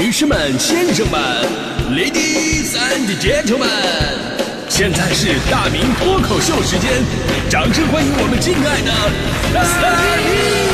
女士们、先生们 ，Ladies and Gentlemen， 现在是大明脱口秀时间，掌声欢迎我们敬爱的大明！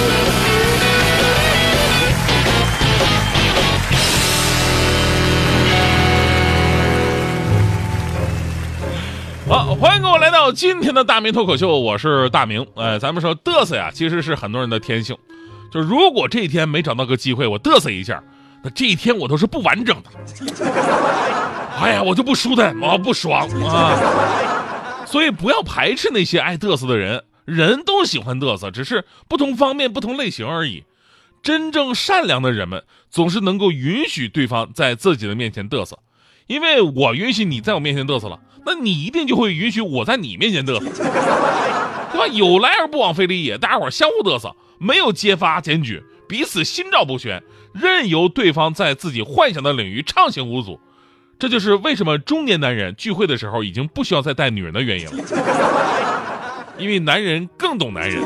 好，欢迎各位来到今天的大明脱口秀，我是大明。咱们说嘚瑟呀，其实是很多人的天性。就如果这一天没找到个机会，我嘚瑟一下，那这一天我都是不完整的。哎呀，我就不舒坦，我不爽啊！所以不要排斥那些爱嘚瑟的人，人都喜欢嘚瑟，只是不同方面、不同类型而已。真正善良的人们总是能够允许对方在自己的面前嘚瑟，因为我允许你在我面前嘚瑟了，那你一定就会允许我在你面前嘚瑟，对吧？有来而不往非礼也，大家伙相互嘚瑟，没有揭发检举，彼此心照不宣，任由对方在自己幻想的领域畅行无阻。这就是为什么中年男人聚会的时候已经不需要再带女人的原因了，因为男人更懂男人。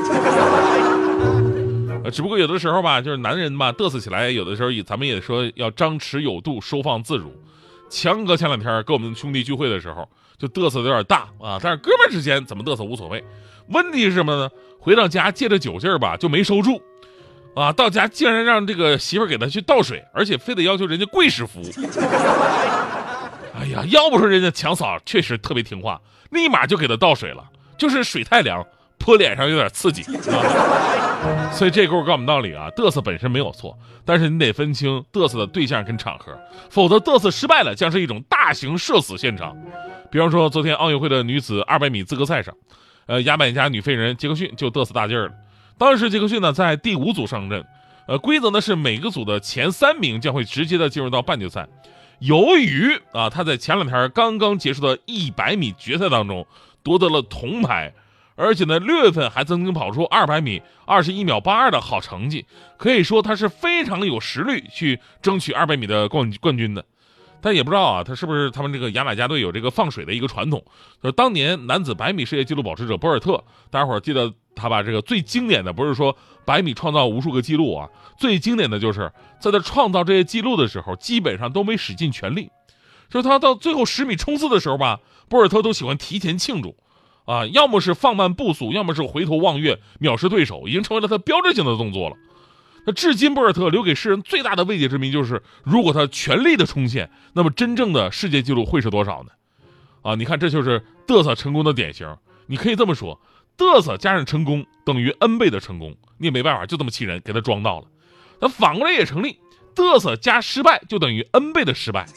只不过有的时候吧，就是男人吧嘚瑟起来，有的时候咱们也说要张弛有度，收放自如。强哥前两天跟我们兄弟聚会的时候，就嘚瑟的有点大啊，但是哥们之间怎么嘚瑟无所谓。问题是什么呢？回到家借着酒劲儿吧，就没收住啊，到家竟然让这个媳妇给他去倒水，而且非得要求人家跪式服务。哎呀，要不说人家强嫂确实特别听话，立马就给他倒水了，就是水太凉，泼脸上有点刺激啊。所以这给我告诉我们道理啊，嘚瑟本身没有错，但是你得分清嘚瑟的对象跟场合，否则嘚瑟失败了将是一种大型社死现场。比方说昨天奥运会的女子200米资格赛上，牙买加女飞人杰克逊就嘚瑟大劲儿了。当时杰克逊呢在第5组上阵，规则呢是每个组的前3名将会直接的进入到半决赛。由于啊他在前2天刚刚结束的100米决赛当中夺得了铜牌，而且呢6月份还曾经跑出200米21秒82的好成绩，可以说他是非常有实力去争取200米的冠军的。但也不知道啊，他是不是他们这个牙买加队有这个放水的一个传统？就是当年男子100米世界纪录保持者博尔特，大家伙记得他把这个最经典的不是说100米创造无数个记录啊，最经典的就是在他创造这些记录的时候，基本上都没使尽全力。就是他到最后10米冲刺的时候吧，博尔特都喜欢提前庆祝啊，要么是放慢步速，要么是回头望月藐视对手，已经成为了他标志性的动作了。那至今博尔特留给世人最大的未解之谜就是，如果他全力的冲线，那么真正的世界纪录会是多少呢？啊，你看这就是嘚瑟成功的典型。你可以这么说，嘚瑟加上成功等于 N 倍的成功，你也没办法，就这么气人，给他装到了。那反过来也成立，嘚瑟加失败就等于 N 倍的失败。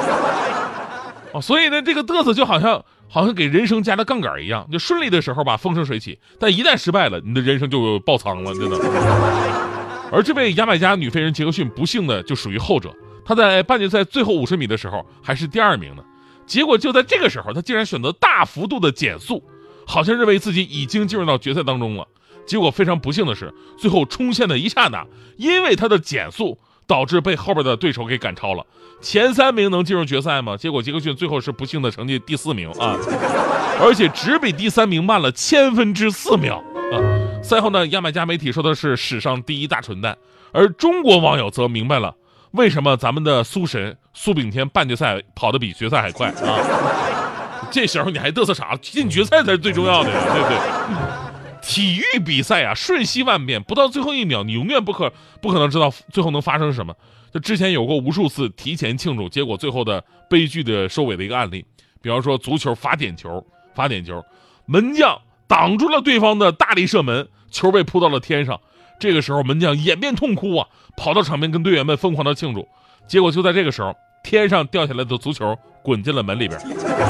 所以呢，这个嘚瑟就好像给人生加了杠杆一样，就顺利的时候吧风生水起，但一旦失败了，你的人生就爆仓了，真的。而这位牙买加女飞人杰克逊不幸的就属于后者，她在半决赛最后50米的时候还是第2名呢。结果就在这个时候，她竟然选择大幅度的减速，好像认为自己已经进入到决赛当中了。结果非常不幸的是，最后冲线的一刹那，因为她的减速导致被后边的对手给赶超了。前3名能进入决赛吗？结果杰克逊最后是不幸的成绩第4名啊，而且只比第3名慢了4,000,000,000秒啊。赛后呢，牙买加媒体说的是史上第1大蠢蛋，而中国网友则明白了为什么咱们的苏神苏炳添半决赛跑得比决赛还快啊！这时候你还嘚瑟啥？进决赛才是最重要的呀，对不对？体育比赛啊，瞬息万变，不到最后1秒，你永远不可能知道最后能发生什么。就之前有过无数次提前庆祝，结果最后的悲剧的收尾的一个案例，比方说足球罚点球，门将挡住了对方的大力射门，球被扑到了天上。这个时候门将掩面痛哭啊，跑到场边跟队员们疯狂的庆祝。结果就在这个时候，天上掉下来的足球滚进了门里边。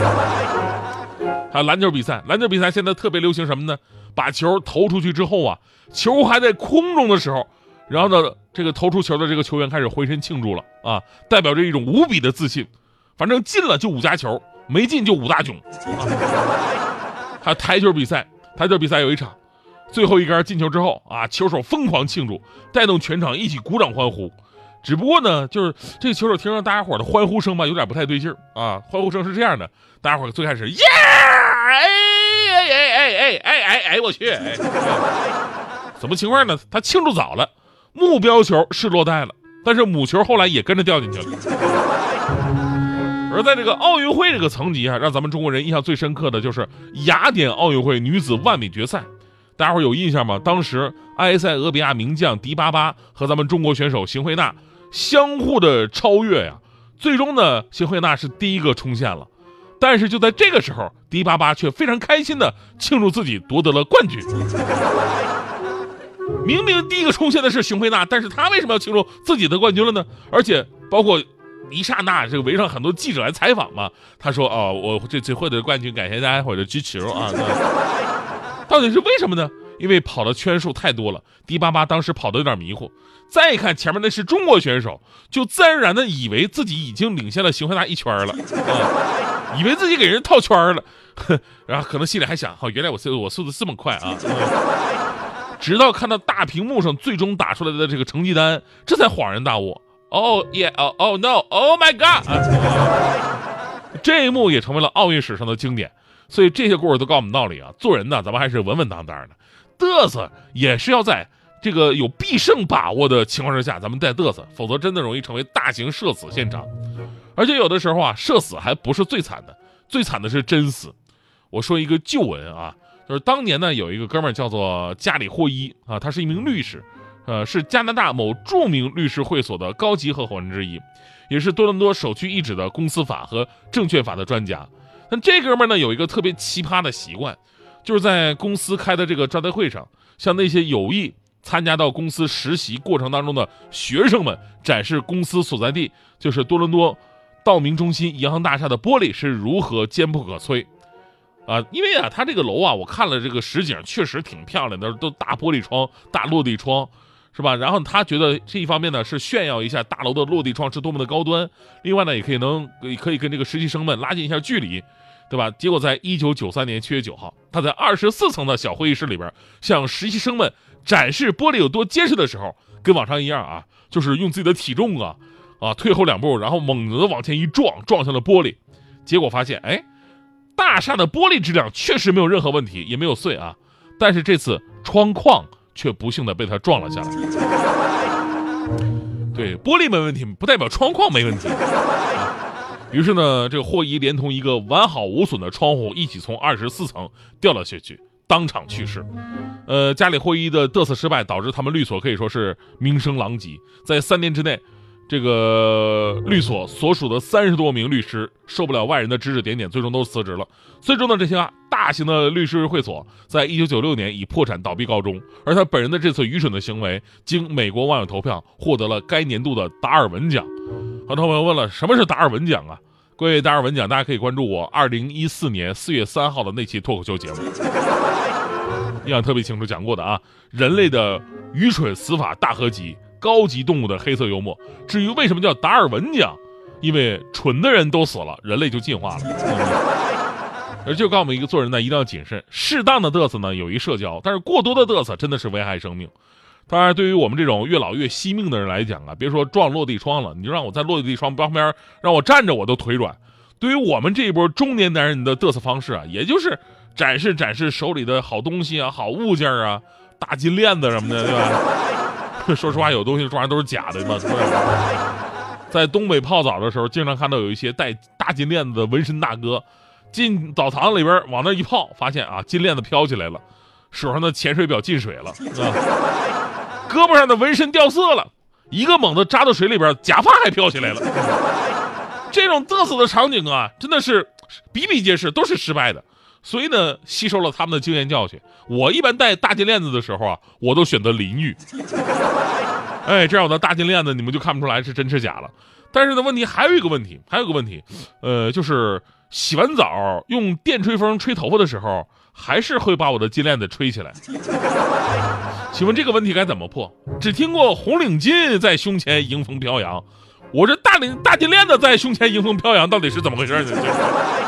还有篮球比赛现在特别流行什么呢？把球投出去之后啊，球还在空中的时候，然后呢，这个投出球的这个球员开始浑身庆祝了啊，代表着一种无比的自信。反正进了就5加球，没进就5大囧。还有台球比赛有一场，最后一杆进球之后啊，球手疯狂庆祝，带动全场一起鼓掌欢呼。只不过呢，就是这个球手听着大家伙的欢呼声吧，有点不太对劲儿啊。欢呼声是这样的，大家伙最开始耶，我去，怎么情况呢？他庆祝早了，目标球是落袋了， 但是母球后来也跟着掉进去了。而在这个奥运会这个层级啊，让咱们中国人印象最深刻的就是雅典奥运会女子万米决赛，大家伙有印象吗？当时埃塞俄比亚名将迪巴巴和咱们中国选手邢慧娜相互的超越呀，最终呢，邢慧娜是第一个冲线了。但是就在这个时候，迪巴巴却非常开心的庆祝自己夺得了冠军。明明第一个冲线的是邢慧娜，但是他为什么要庆祝自己的冠军了呢？而且包括一刹那，这个围上很多记者来采访嘛，他说：“哦，我这次获得冠军，感谢大家伙的支持啊。”到底是为什么呢？因为跑的圈数太多了，迪巴巴当时跑得有点迷糊，再一看前面那是中国选手，就自然而然的以为自己已经领先了邢慧娜一圈了啊，以为自己给人套圈了，然后可能心里还想：原来我速度这么快啊！直到看到大屏幕上最终打出来的这个成绩单，这才恍然大悟。Oh yeah, oh no, oh my god！ 这一幕也成为了奥运史上的经典。所以这些故事都告诉我们道理啊，做人呢，咱们还是稳稳当当的，嘚瑟也是要在这个有必胜把握的情况之下，咱们再嘚瑟，否则真的容易成为大型社死现场。而且有的时候啊，社死还不是最惨的，最惨的是真死。我说一个旧闻啊，就是当年呢，有一个哥们儿叫做加里霍伊啊，他是一名律师，是加拿大某著名律师会所的高级合伙人之一，也是多伦多首屈一指的公司法和证券法的专家。但这哥们儿呢，有一个特别奇葩的习惯，就是在公司开的这个招待会上，向那些有意参加到公司实习过程当中的学生们展示公司所在地，就是多伦多道明中心银行大厦的玻璃是如何坚不可摧啊！因为啊，他这个楼啊，我看了这个实景，确实挺漂亮的，都大玻璃窗、大落地窗，是吧？然后他觉得这一方面呢，是炫耀一下大楼的落地窗是多么的高端，另外呢，也可以跟这个实习生们拉近一下距离，对吧？结果在1993年7月9号，他在24层的小会议室里边，向实习生们展示玻璃有多结实的时候，跟往常一样啊，就是用自己的体重啊退后2步，然后猛地往前一撞向了玻璃，结果发现，大厦的玻璃质量确实没有任何问题，也没有碎啊，但是这次窗框却不幸的被他撞了下来。对，玻璃没问题，不代表窗框没问题。于是呢，这个霍伊连同一个完好无损的窗户一起从24层掉了下去，当场去世。加里霍伊的嘚瑟失败导致他们律所可以说是名声狼藉，在3年之内，这个律所所属的30多名律师受不了外人的指指点点，最终都辞职了。最终呢，这些大型的律师会所在1996年以破产倒闭告终，而他本人的这次愚蠢的行为，经美国网友投票获得了该年度的达尔文奖。很多朋友问了，什么是达尔文奖啊？关于达尔文奖，大家可以关注我2014年4月3号的那期脱口秀节目，印象特别清楚讲过的啊，人类的愚蠢死法大合集，高级动物的黑色幽默。至于为什么叫达尔文奖，因为蠢的人都死了，人类就进化了。而就告诉我们一个做人呢，一定要谨慎，适当的嘚瑟呢有益社交，但是过多的嘚瑟真的是危害生命。当然，对于我们这种越老越惜命的人来讲啊，别说撞落地窗了，你就让我在落地窗旁边让我站着我都腿软。对于我们这一波中年男人的嘚瑟方式啊，也就是展示手里的好东西啊、好物件啊、大金链子什么的，对吧？说实话，有东西这玩意儿都是假的嘛。在东北泡澡的时候，经常看到有一些戴大金链子的纹身大哥，进澡堂里边往那一泡，发现啊金链子飘起来了，手上的潜水表进水了，胳膊上的纹身掉色了，一个猛子扎到水里边，假发还飘起来了。这种嘚瑟的场景啊，真的是比比皆是，都是失败的。所以呢，吸收了他们的经验教训，我一般戴大金链子的时候啊，我都选择淋浴。这样我的大金链子你们就看不出来是真是假了。但是呢，问题还有一个问题，就是洗完澡用电吹风吹头发的时候，还是会把我的金链子吹起来。请问这个问题该怎么破？只听过红领巾在胸前迎风飘扬，我这大金链子在胸前迎风飘扬，到底是怎么回事呢？